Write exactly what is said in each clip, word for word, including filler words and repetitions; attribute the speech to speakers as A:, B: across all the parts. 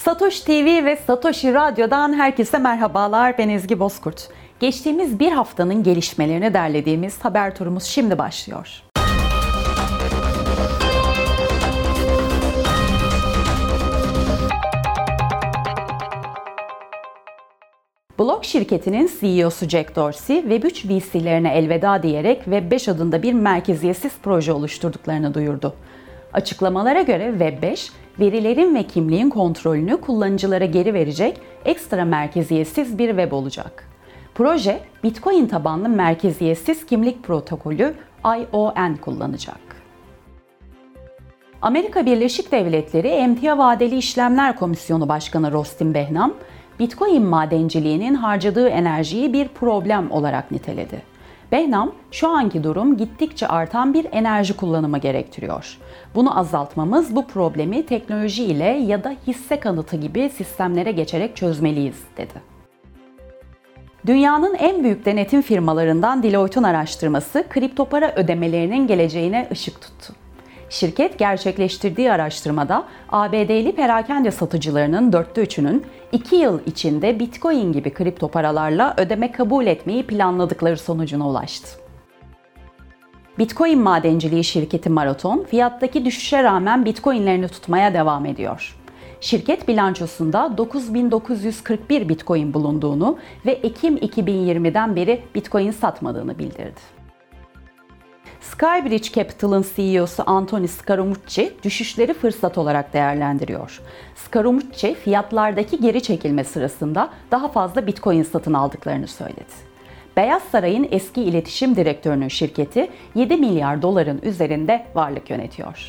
A: Satoshi T V ve Satoshi Radyo'dan herkese merhabalar. Ben Ezgi Bozkurt. Geçtiğimiz bir haftanın gelişmelerini derlediğimiz haber turumuz şimdi başlıyor. Block şirketinin C E O'su Jack Dorsey, Web üç V C'lerine elveda diyerek Web beş adında bir merkeziyetsiz proje oluşturduklarını duyurdu. Açıklamalara göre Web beş, verilerin ve kimliğin kontrolünü kullanıcılara geri verecek ekstra merkeziyetsiz bir web olacak. Proje, Bitcoin tabanlı merkeziyetsiz kimlik protokolü I O N kullanacak. Amerika Birleşik Devletleri Emtia Vadeli İşlemler Komisyonu Başkanı Rostin Behnam, Bitcoin madenciliğinin harcadığı enerjiyi bir problem olarak niteledi. Behnam, şu anki durum gittikçe artan bir enerji kullanımı gerektiriyor. Bunu azaltmamız bu problemi teknoloji ile ya da hisse kanıtı gibi sistemlere geçerek çözmeliyiz, dedi. Dünyanın en büyük denetim firmalarından Deloitte'un araştırması kripto para ödemelerinin geleceğine ışık tuttu. Şirket gerçekleştirdiği araştırmada A B D'li perakende satıcılarının dörtte üçünün iki yıl içinde Bitcoin gibi kripto paralarla ödeme kabul etmeyi planladıkları sonucuna ulaştı. Bitcoin madenciliği şirketi Marathon, fiyattaki düşüşe rağmen Bitcoin'lerini tutmaya devam ediyor. Şirket bilançosunda dokuz bin dokuz yüz kırk bir Bitcoin bulunduğunu ve Ekim iki bin yirmiden beri Bitcoin satmadığını bildirdi. Skybridge Capital'ın C E O'su Anthony Scaramucci, düşüşleri fırsat olarak değerlendiriyor. Scaramucci, fiyatlardaki geri çekilme sırasında daha fazla Bitcoin satın aldıklarını söyledi. Beyaz Saray'ın eski iletişim direktörünün şirketi yedi milyar doların üzerinde varlık yönetiyor.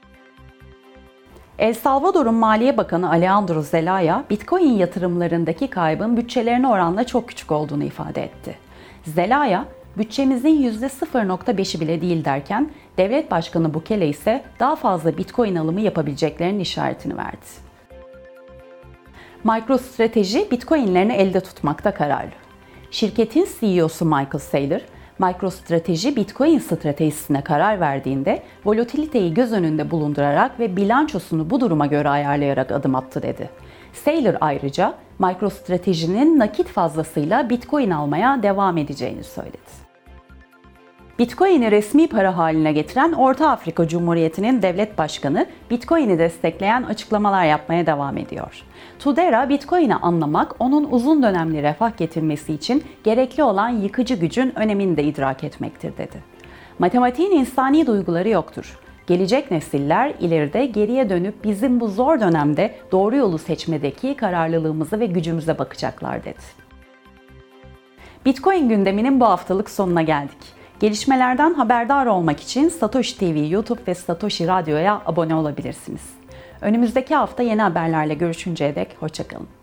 A: El Salvador'un Maliye Bakanı Alejandro Zelaya, Bitcoin yatırımlarındaki kaybın bütçelerine oranla çok küçük olduğunu ifade etti. Zelaya, bütçemizin yüzde sıfır nokta beşi bile değil derken, Devlet Başkanı Bukele ise daha fazla Bitcoin alımı yapabileceklerinin işaretini verdi. MicroStrategy, Bitcoin'lerini elde tutmakta kararlı. Şirketin C E O'su Michael Saylor, MicroStrategy Bitcoin stratejisine karar verdiğinde volatiliteyi göz önünde bulundurarak ve bilançosunu bu duruma göre ayarlayarak adım attı, dedi. Saylor ayrıca MicroStrategy'nin nakit fazlasıyla Bitcoin almaya devam edeceğini söyledi. Bitcoin'i resmi para haline getiren Orta Afrika Cumhuriyeti'nin devlet başkanı Bitcoin'i destekleyen açıklamalar yapmaya devam ediyor. Tudera, Bitcoin'i anlamak, onun uzun dönemli refah getirmesi için gerekli olan yıkıcı gücün önemini de idrak etmektir, dedi. Matematiğin insani duyguları yoktur. Gelecek nesiller ileride geriye dönüp bizim bu zor dönemde doğru yolu seçmedeki kararlılığımıza ve gücümüze bakacaklar, dedi. Bitcoin gündeminin bu haftalık sonuna geldik. Gelişmelerden haberdar olmak için Satoshi T V YouTube ve Satoshi Radyo'ya abone olabilirsiniz. Önümüzdeki hafta yeni haberlerle görüşünceye dek hoşça kalın.